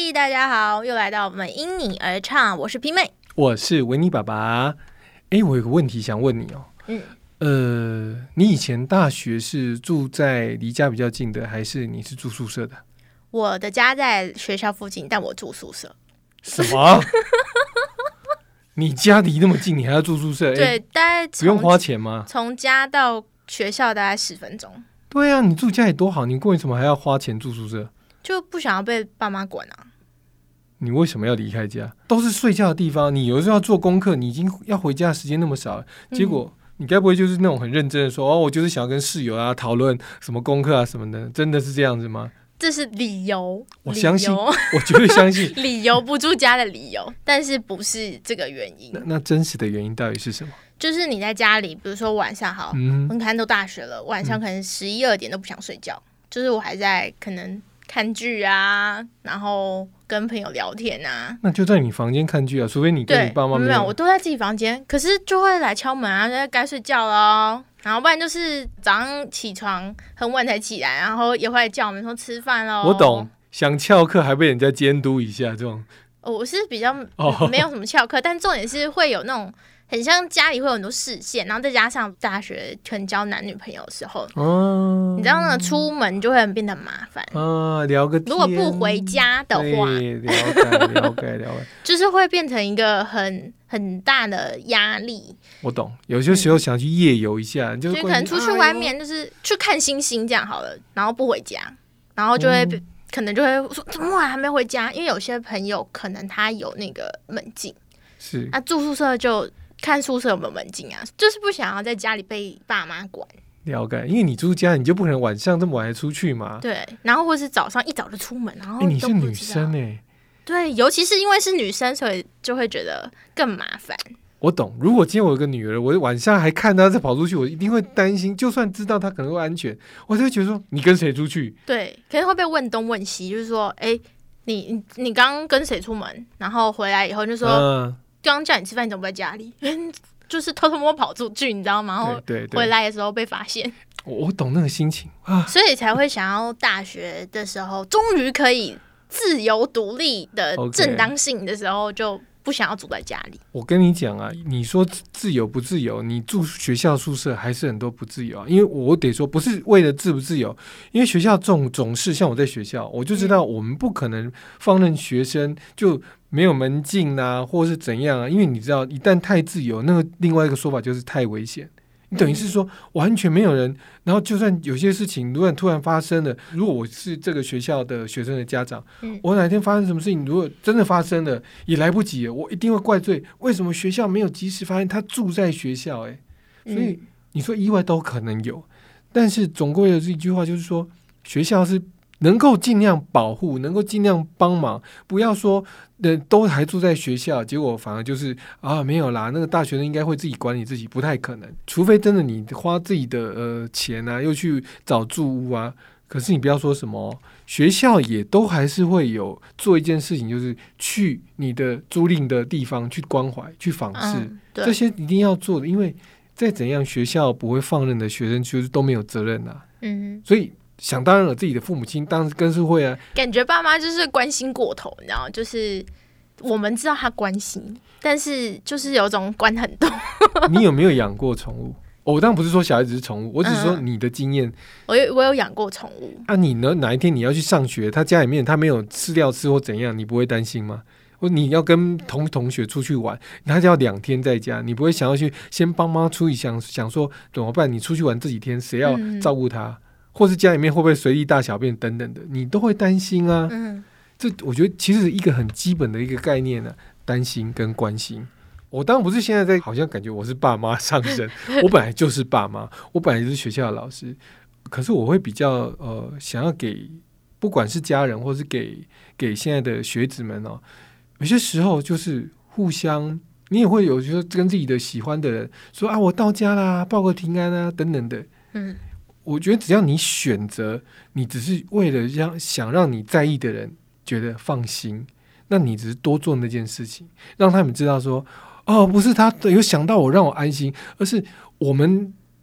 嘿，大家好，又来到我们因你而唱，我是皮妹， 我是维尼爸爸。我有个问题想问你哦。你以前大学是住在离家比较近的，还是你是住宿舍的？ 我的家在学校附近，但我住宿舍。 什么？你家离那么近，你还要住宿舍？ 对，大概不用花钱吗？ 从家到学校大概10分钟。 对啊，你住家里多好，你为什么还要花钱住宿舍？ 就不想要被爸妈管啊。 你为什么要离开家？都是睡觉的地方，你有时候要做功课，你已经要回家的时间那么少了，结果你该不会就是那种很认真的说，我就是想要跟室友啊讨论什么功课啊什么的，真的是这样子吗？ 这是理由， 我相信，我绝对相信理由不住家的理由，但是不是这个原因。 那真实的原因到底是什么？ 就是你在家里，比如说晚上好，你看都大学了，晚上可能11、2点都不想睡觉，就是我还在可能看剧啊，然后跟朋友聊天啊。 那就在你房间看剧啊，除非你跟你爸妈没有，我都在自己房间，可是就会来敲门啊，就该睡觉了哦。然后不然就是早上起床很晚才起来，然后也会来叫我们说吃饭咯。 我懂，想翘课还被人家监督一下这种。 我是比较没有什么翘课，但重点是会有那种很像家里会有很多视线，然后再加上大学可能交男女朋友的时候，你知道那个出门就会变得很麻烦聊个天， 如果不回家的话， 了解就是会变成一个很大的压力。 我懂，有些时候想去夜游一下，就可能出去外面就是去看星星这样好了，然后不回家，然后就会可能就会说怎么还没回家？因为有些朋友可能他有那个门禁， 是住宿舍就看宿舍有没有门禁啊，就是不想要在家里被爸妈管。 了解，因为你住家，你就不可能晚上这么晚还出去嘛。 对，然后或是早上一早就出门，然后你是女生对，尤其是因为是女生，所以就会觉得更麻烦。 我懂，如果今天我有个女儿，我晚上还看她再跑出去，我一定会担心，就算知道她可能会安全，我就会觉得说你跟谁出去？ 对，可能会被问东问西，就是说，你刚刚跟谁出门？然后回来以后就说，刚刚叫你吃饭，你怎么不在家里？就是偷偷摸跑出去，你知道吗？然后回来的时候被发现。 我懂那个心情啊， 所以才会想要大学的时候，终于可以自由独立的正当性的时候，就不想要住在家里。 我跟你讲啊，你说自由不自由，你住学校宿舍还是很多不自由啊。因为我得说，不是为了自不自由，因为学校总是像我在学校，我就知道我们不可能放任学生就没有门禁啊，或是怎样啊。因为你知道，一旦太自由，那个另外一个说法就是太危险。你等于是说完全没有人，然后就算有些事情如果突然发生了，如果我是这个学校的学生的家长，我哪天发生什么事情，如果真的发生了也来不及了，我一定会怪罪为什么学校没有及时发现他住在学校。所以你说意外都可能有，但是总归的这一句话就是说，学校是能够尽量保护，能够尽量帮忙，不要说都还住在学校，结果反而就是没有啦，那个大学生应该会自己管理自己，不太可能，除非真的你花自己的钱啊，又去找住屋啊。可是你不要说什么，学校也都还是会有做一件事情，就是去你的租赁的地方去关怀、去访视，这些一定要做的，因为再怎样学校不会放任的学生，就是都没有责任啊。所以想当然了，自己的父母亲当然更是会啊。感觉爸妈就是关心过头，你知道，就是我们知道他关心，但是就是有种管很多。 你有没有养过宠物？我当然不是说小孩子是宠物，我只是说你的经验。 我有养过宠物啊，你呢？哪一天你要去上学，他家里面他没有饲料吃或怎样，你不会担心吗？或你要跟同学出去玩，他就要2天在家，你不会想要去先帮妈出去想说怎么办？你出去玩这几天谁要照顾他？或是家里面会不会随地大小便等等的，你都会担心啊。这我觉得其实是一个很基本的一个概念啊，担心跟关心。我当然不是现在在好像感觉我是爸妈上身，我本来就是爸妈，我本来就是学校的老师，可是我会比较想要给不管是家人或是给现在的学子们有些时候就是互相，你也会有时候跟自己的喜欢的人说我到家啦，报个平安啊等等的。我觉得只要你选择，你只是为了想让你在意的人觉得放心，那你只是多做那件事情，让他们知道说不是他有想到我让我安心，而是我们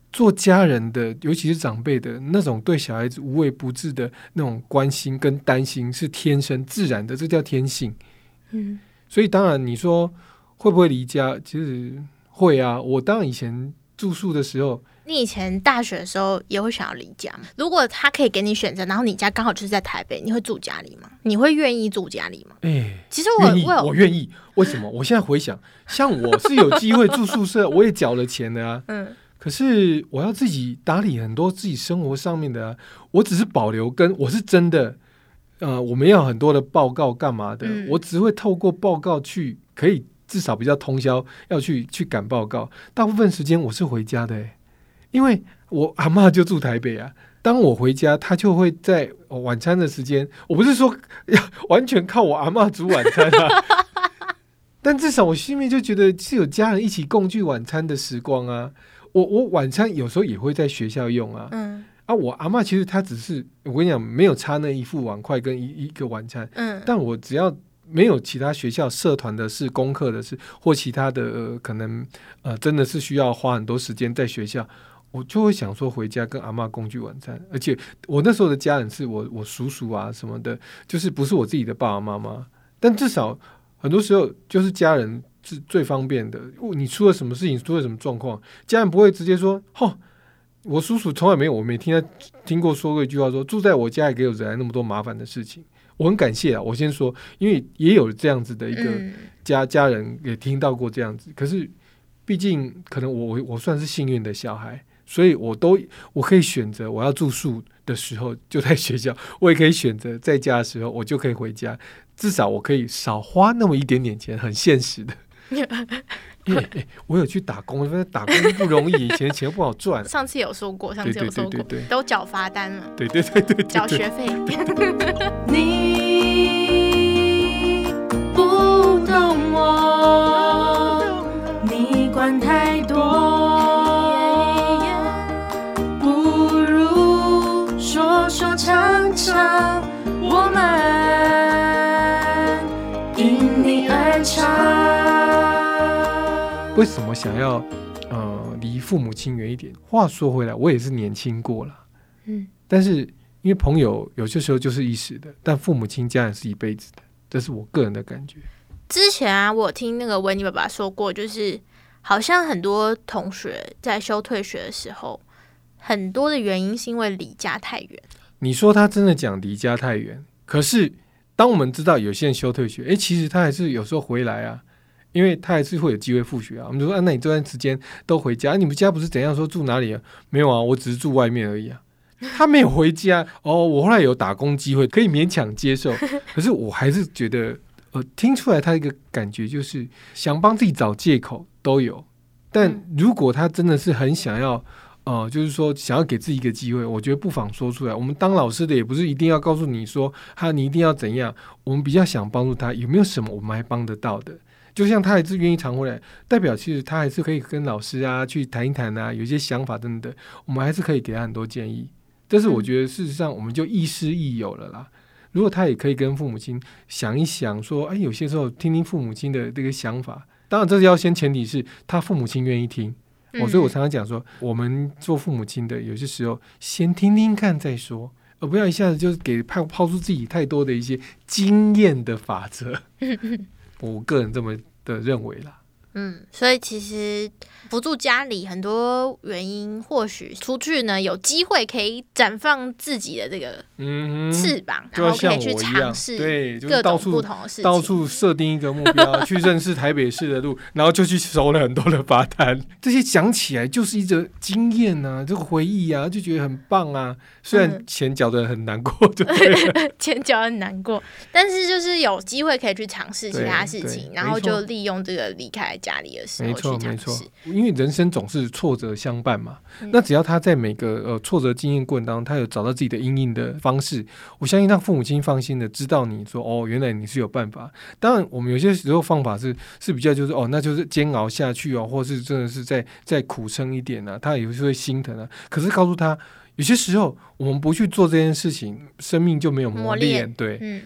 做家人的，尤其是长辈的那种对小孩子无微不至的那种关心跟担心是天生自然的，这叫天性。所以当然你说会不会离家，其实会啊。我当然以前住宿的时候， 你以前大学的时候也会想要离家吗？如果他可以给你选择，然后你家刚好就是在台北，你会住家里吗？你会愿意住家里吗？其实我愿意。为什么？我现在回想，像我是有机会住宿舍，我也缴了钱的啊。可是我要自己打理很多自己生活上面的啊。我只是保留跟我是真的，我们要很多的报告干嘛的，我只会透过报告去可以至少比较通宵要去赶报告。大部分时间我是回家的因为我阿嬷就住台北啊。当我回家，她就会在晚餐的时间，我不是说要完全靠我阿嬷煮晚餐啊。但至少我心里面就觉得是有家人一起共聚晚餐的时光啊。我晚餐有时候也会在学校用啊。我阿嬷其实她只是我跟你讲没有差那一副碗筷跟一个晚餐。但我只要没有其他学校社团的事、功课的事或其他的可能真的是需要花很多时间在学校，我就会想说回家跟阿嬷共聚晚餐。而且我那时候的家人是我叔叔啊什么的，就是不是我自己的爸爸妈妈。但至少很多时候就是家人是最方便的。你出了什么事情，出了什么状况，家人不会直接说我叔叔从来没有，我没听过说过一句话说住在我家也给我惹来那么多麻烦的事情。我很感谢啊，我先说，因为也有这样子的一个家人也听到过这样子。可是毕竟可能我算是幸运的小孩，所以我可以选择我要住宿的时候就在学校，我也可以选择在家的时候我就可以回家，至少我可以少花那么一点点钱，很现实的。我有去打工，打工不容易，以前钱不好赚。 上次有说过，都缴罚单了。 对， 缴学费。 你不懂我，你管太多，不如说说唱唱，我们因你而唱。 为什么想要离父母亲远一点？话说回来，我也是年轻过了，但是因为朋友有些时候就是一时的，但父母亲家人是一辈子的，这是我个人的感觉。 之前啊，我听那个维尼爸爸说过，就是好像很多同学在休退学的时候，很多的原因是因为离家太远。 你说他真的讲离家太远，可是当我们知道有些人休退学，其实他还是有时候回来啊。因为他还是会有机会复学啊。我们就说那你这段时间都回家，你们家不是怎样说住哪里啊？没有啊，我只是住外面而已啊。他没有回家我后来有打工机会，可以勉强接受。可是我还是觉得听出来他一个感觉就是想帮自己找借口都有。但如果他真的是很想要就是说想要给自己一个机会，我觉得不妨说出来。我们当老师的也不是一定要告诉你说你一定要怎样，我们比较想帮助他，有没有什么我们还帮得到的。就像他还是愿意常回来，代表其实他还是可以跟老师啊去谈一谈啊，有一些想法等等，我们还是可以给他很多建议。但是我觉得事实上我们就亦师亦友了啦。如果他也可以跟父母亲想一想说有些时候听听父母亲的这个想法，当然这是要先前提是他父母亲愿意听所以我常常讲说我们做父母亲的有些时候先听听看再说，而不要一下子就给抛出自己太多的一些经验的法则我个人这么的认为啦。 所以其实不住家里很多原因，或许出去呢有机会可以绽放自己的这个翅膀，然后可以去尝试各种不同的事情， 到处设定一个目标去认识台北市的路，然后就去收了很多的罚单。这些讲起来就是一个经验啊，这个回忆啊，就觉得很棒啊。虽然钱缴得很难过就对了钱缴得很难过，但是就是有机会可以去尝试其他事情，然后就利用这个离开家里的时候去尝试。没错， 因为人生总是挫折相伴嘛。那只要他在每个挫折经验过程当中，他有找到自己的因应的方式，我相信让父母亲放心的知道你说原来你是有办法。当然我们有些时候方法是比较就是那就是煎熬下去或是真的是再苦撑一点他也是会心疼可是告诉他有些时候我们不去做这件事情，生命就没有磨练。对，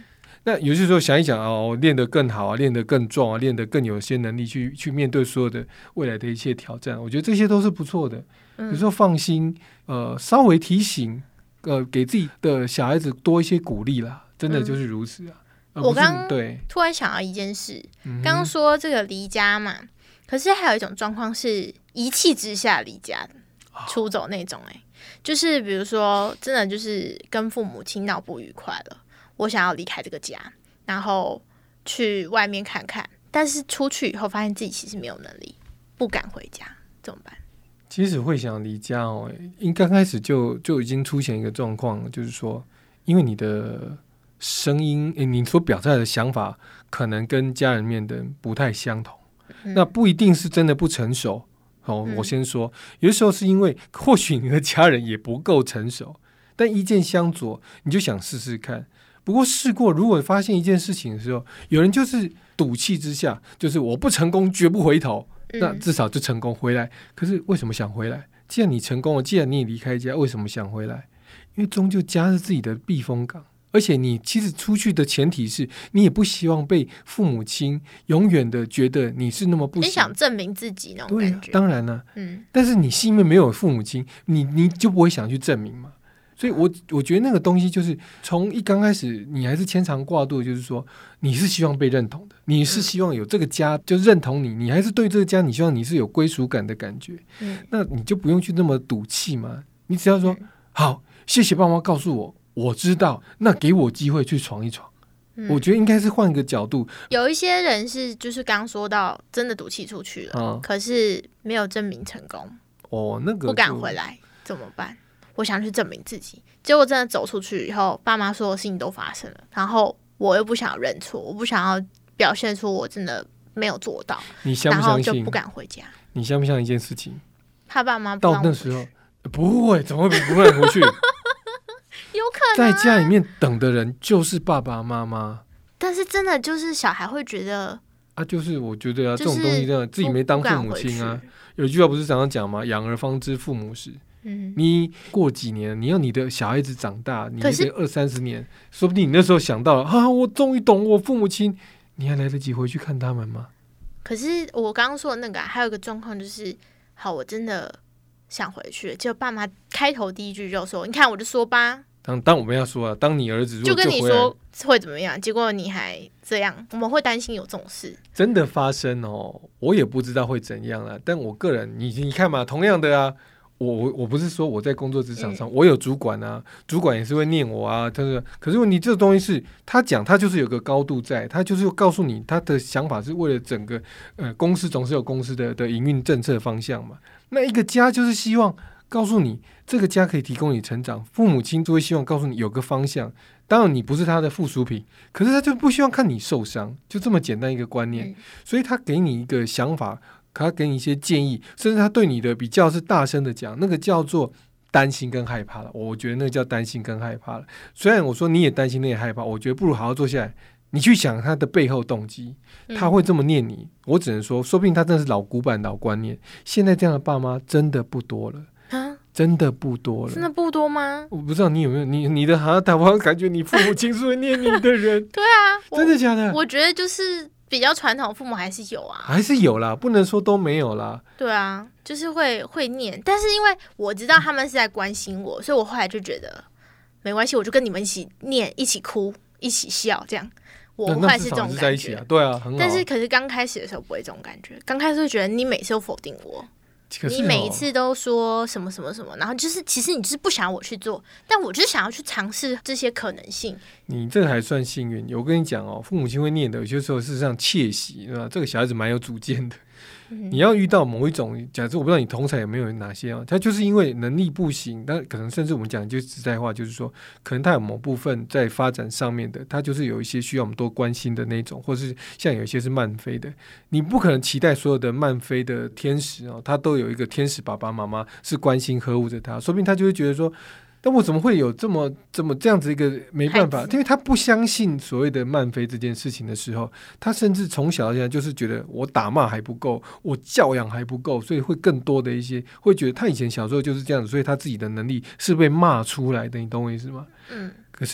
那有些时候想一想练得更好啊，练得更壮啊，练得更有些能力去面对所有的未来的一切挑战，我觉得这些都是不错的。有时候放心，稍微提醒，给自己的小孩子多一些鼓励啦，真的就是如此啊。 我刚突然想到一件事，刚刚说这个离家嘛，可是还有一种状况是一气之下离家出走那种就是比如说真的就是跟父母亲闹不愉快了，我想要离开这个家，然后去外面看看，但是出去以后发现自己其实没有能力，不敢回家，怎么办？ 其实会想离家刚开始就已经出现一个状况，就是说因为你的声音你所表达的想法可能跟家人面的不太相同，那不一定是真的不成熟我先说有的时候是因为或许你的家人也不够成熟，但意见相左你就想试试看。不过试过如果发现一件事情的时候，有人就是赌气之下就是我不成功绝不回头，那至少就成功回来。可是为什么想回来？既然你成功了，既然你也离开家，为什么想回来？因为终究家是自己的避风港，而且你其实出去的前提是你也不希望被父母亲永远的觉得你是那么不行， 你想证明自己那种感觉。 当然了但是你心里面没有父母亲，你就不会想去证明嘛。所以我觉得那个东西就是从一刚开始你还是牵肠挂肚，就是说你是希望被认同的，你是希望有这个家就认同你，你还是对这个家你希望你是有归属感的感觉那你就不用去那么赌气嘛。你只要说好，谢谢爸妈告诉我，我知道，那给我机会去闯一闯我觉得应该是换个角度。 有一些人是就是刚说到真的赌气出去了可是没有证明成功那个不敢回来怎么办？我想去证明自己，结果真的走出去以后，爸妈所有事情都发生了，然后我又不想要认错，我不想要表现出我真的没有做到， 你相不相信？ 然后就不敢回家。 你相不相信一件事情？ 他爸妈不到那时候不会，怎么会不让回去？ 有可能在家里面等的人就是爸爸妈妈， 但是真的就是小孩会觉得就是我觉得这种东西真的自己没当父母亲有一句话不是常常讲吗？养儿方知父母时。你过几年你要你的小孩子长大，你得20-30年，说不定你那时候想到了我终于懂我父母亲，你还来得及回去看他们吗？ 可是我刚刚说的那个还有一个状况就是好，我真的想回去，结果爸妈开头第一句就说你看我就说吧， 当我们要说当你儿子如果就跟你说会怎么样，结果你还这样，我们会担心有这种事真的发生我也不知道会怎样啦。但我个人你看嘛，同样的我不是说我在工作职场上我有主管主管也是会念我可是你这个东西是他讲，他就是有个高度在，他就是告诉你他的想法是为了整个公司总是有公司的营运政策方向嘛。那一个家就是希望告诉你这个家可以提供你成长，父母亲就会希望告诉你有个方向。当然你不是他的附属品，可是他就不希望看你受伤，就这么简单一个观念所以他给你一个想法，他给你一些建议，甚至他对你的比较是大声的讲，那个叫做担心跟害怕了。我觉得那个叫担心跟害怕了。虽然我说你也担心你也害怕，我觉得不如好好坐下来，你去想他的背后动机，他会这么念你我只能说说不定他真的是老古板老观念，现在这样的爸妈真的不多了真的不多了。 真的不多吗？ 我不知道你有没有你的台湾感觉你父母亲是会念你的人对啊真的假的？ 我觉得就是比较传统父母还是有还是有啦，不能说都没有啦。 对啊，就是会念，但是因为我知道他们是在关心我所以我后来就觉得没关系，我就跟你们一起念，一起哭，一起笑，这样我后来是这种感觉对啊，很好。 但是可是刚开始的时候不会这种感觉，刚开始会觉得你每次都否定我，你每一次都说什么什么什么，然后就是其实你就是不想要我去做，但我就是想要去尝试这些可能性。 你这个还算幸运，我跟你讲父母亲会念的有些时候事实上窃喜，对吧？这个小孩子蛮有主见的你要遇到某一种，假设我不知道你同侪有没有哪些他就是因为能力不行，但可能甚至我们讲就实在话，就是说可能他有某部分在发展上面的，他就是有一些需要我们多关心的那种，或是像有一些是慢飞的，你不可能期待所有的慢飞的天使他都有一个天使爸爸妈妈是关心呵护着他，说不定他就会觉得说但我怎么会有这么这样子一个没办法，因为他不相信所谓的慢飞这件事情的时候，他甚至从小到现在就是觉得我打骂还不够，我教养还不够，所以会更多的一些会觉得他以前小时候就是这样子，所以他自己的能力是被骂出来的，你懂我意思吗？可是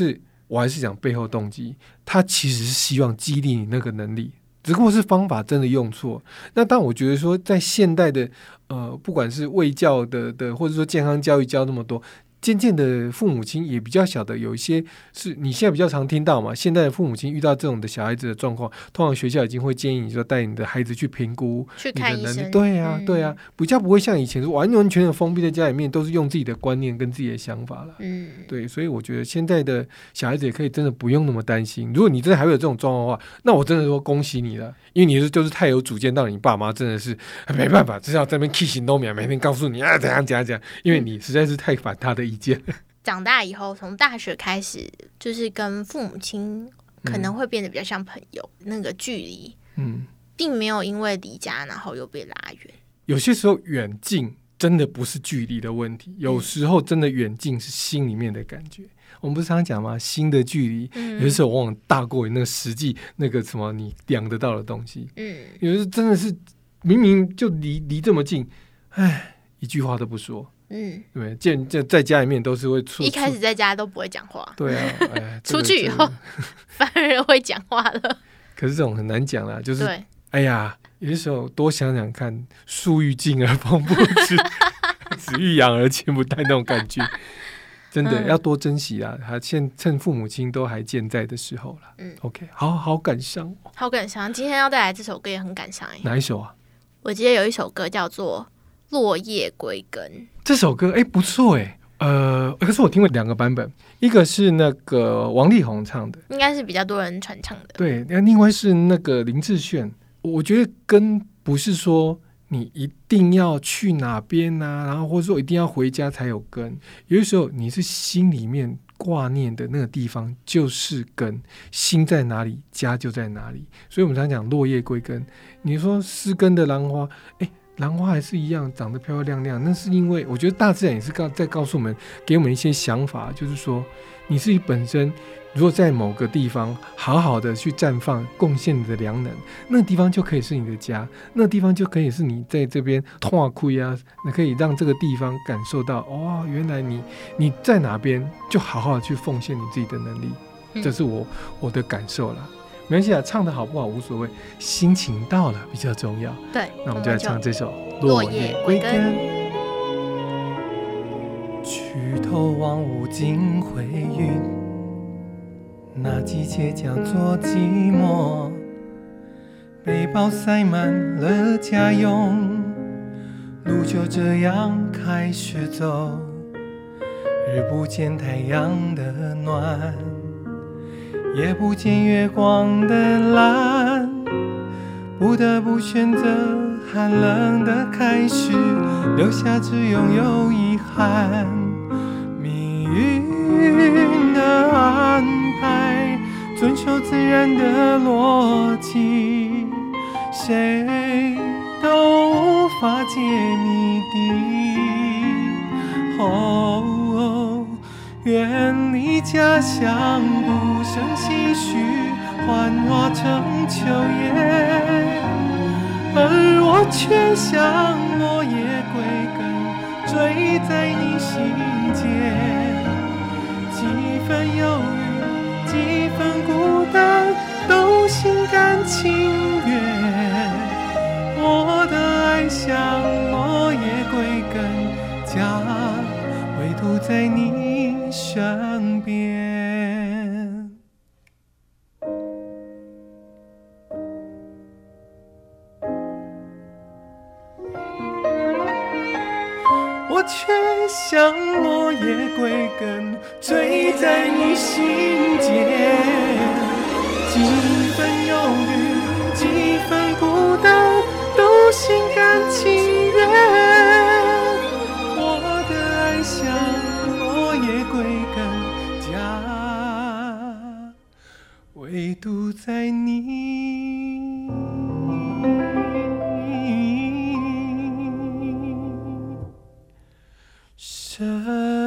我还是讲背后动机，他其实是希望激励你那个能力，只不过是方法真的用错。那但我觉得说，在现代的不管是卫教的或者说健康教育教那么多，渐渐的父母亲也比较晓得，有一些是你现在比较常听到嘛，现在的父母亲遇到这种的小孩子的状况，通常学校已经会建议你说带你的孩子去评估去看医生， 对啊对啊，比较不会像以前完完全全封闭在家里面，都是用自己的观念跟自己的想法了。对，所以我觉得现在的小孩子也可以真的不用那么担心。如果你真的还会有这种状况的话，那我真的说恭喜你了，因为你就是太有主见，到你爸妈真的是没办法，至少在那边 key 都每天告诉你啊怎样怎样怎样，因为你实在是太反他的意见。 长大以后，从大学开始，就是跟父母亲可能会变得比较像朋友，那个距离，并没有因为离家然后又被拉远。 有些时候远近真的不是距离的问题，有时候真的远近是心里面的感觉。我们不是常常讲吗？心的距离，有些时候往往大过于那个实际那个什么你量得到的东西。有时候真的是明明就离这么近，哎，一句话都不说。对，在家里面都是会一开始在家都不会讲话， 对啊， 出去以后反而会讲话了。 可是这种很难讲啦，就是对，哎呀，有些时候多想想看，树欲静而风不止，子欲养而亲不待那种感觉，真的要多珍惜啊！趁父母亲都还健在的时候了。OK， 好感伤， 好感伤。今天要带来这首歌也很感伤哪一首啊？ 我记得有一首歌叫做《落叶归根》。 这首歌不错可是我听过2个版本，一个是那个王力宏唱的， 应该是比较多人传唱的。 对，另外是那个林志炫。我觉得根不是说你一定要去哪边啊，然后或者说一定要回家才有根，有的时候你是心里面挂念的那个地方就是根，心在哪里家就在哪里。所以我们常讲落叶归根，你说失根的兰花，兰花还是一样长得漂漂亮亮，那是因为我觉得大自然也是在告诉我们，给我们一些想法，就是说你自己本身如果在某个地方好好的去绽放，贡献你的良能，那个地方就可以是你的家，那个地方就可以是你在这边拓亏啊，你可以让这个地方感受到原来你在哪边，就好好的去奉献你自己的能力，这是我的感受啦。没关系啊，唱的好不好无所谓，心情到了比较重要。 对， 那我们就来唱这首《 落叶归根》。 举头望无尽灰云，那季节叫做寂寞。背包塞满了家用，路就这样开始走。日不见太阳的暖，也不见月光的蓝，不得不选择寒冷的开始，留下只拥有遗憾。命运的安排，遵守自然的逻辑，谁都无法解谜底。远离家乡，不胜唏嘘，幻化成秋叶，而我却像落叶归根，坠在你心间。几分忧郁，几分孤单，都心甘情愿。我的爱像落叶归根，家唯独在你身边。我却像落叶归根，坠在你心间。几分忧郁，几分孤单，都心甘情愿。我的爱像落叶归根，家唯独在你身